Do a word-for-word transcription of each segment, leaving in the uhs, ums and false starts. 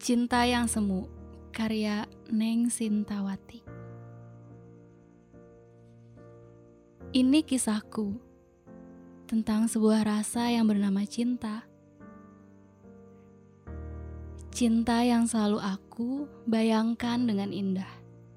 Cinta yang Semu, karya Neng Sintawati. Ini kisahku tentang sebuah rasa yang bernama cinta. Cinta yang selalu aku bayangkan dengan indah.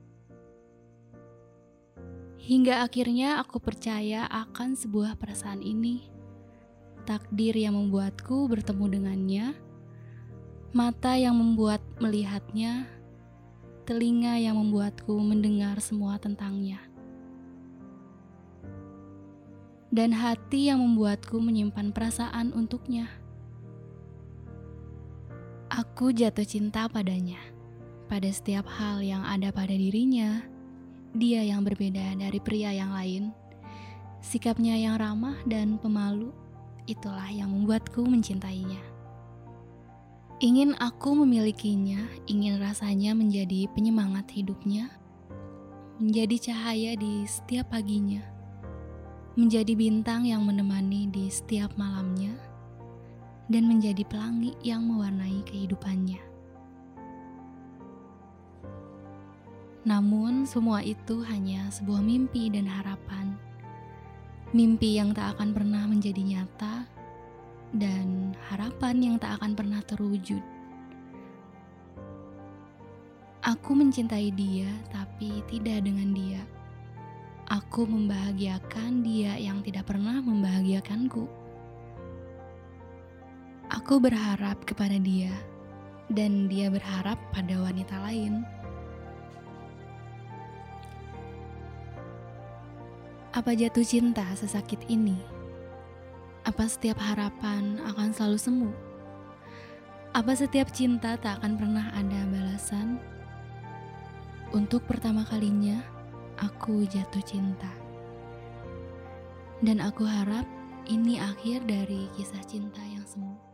Hingga akhirnya aku percaya akan sebuah perasaan ini. Takdir yang membuatku bertemu dengannya, mata yang membuat melihatnya, telinga yang membuatku mendengar semua tentangnya, dan hati yang membuatku menyimpan perasaan untuknya. Aku jatuh cinta padanya, pada setiap hal yang ada pada dirinya. Dia yang berbeda dari pria yang lain, sikapnya yang ramah dan pemalu, itulah yang membuatku mencintainya. Ingin aku memilikinya, ingin rasanya menjadi penyemangat hidupnya, menjadi cahaya di setiap paginya, menjadi bintang yang menemani di setiap malamnya, dan menjadi pelangi yang mewarnai kehidupannya. Namun semua itu hanya sebuah mimpi dan harapan, mimpi yang tak akan pernah menjadi nyata, dan harapan yang tak akan pernah terwujud. Aku mencintai dia, tapi tidak dengan dia. Aku membahagiakan dia yang tidak pernah membahagiakanku. Aku berharap kepada dia, dan dia berharap pada wanita lain. Apa jatuh cinta sesakit ini? Apa setiap harapan akan selalu semu? Apa setiap cinta tak akan pernah ada balasan? Untuk pertama kalinya, aku jatuh cinta. Dan aku harap ini akhir dari kisah cinta yang semu.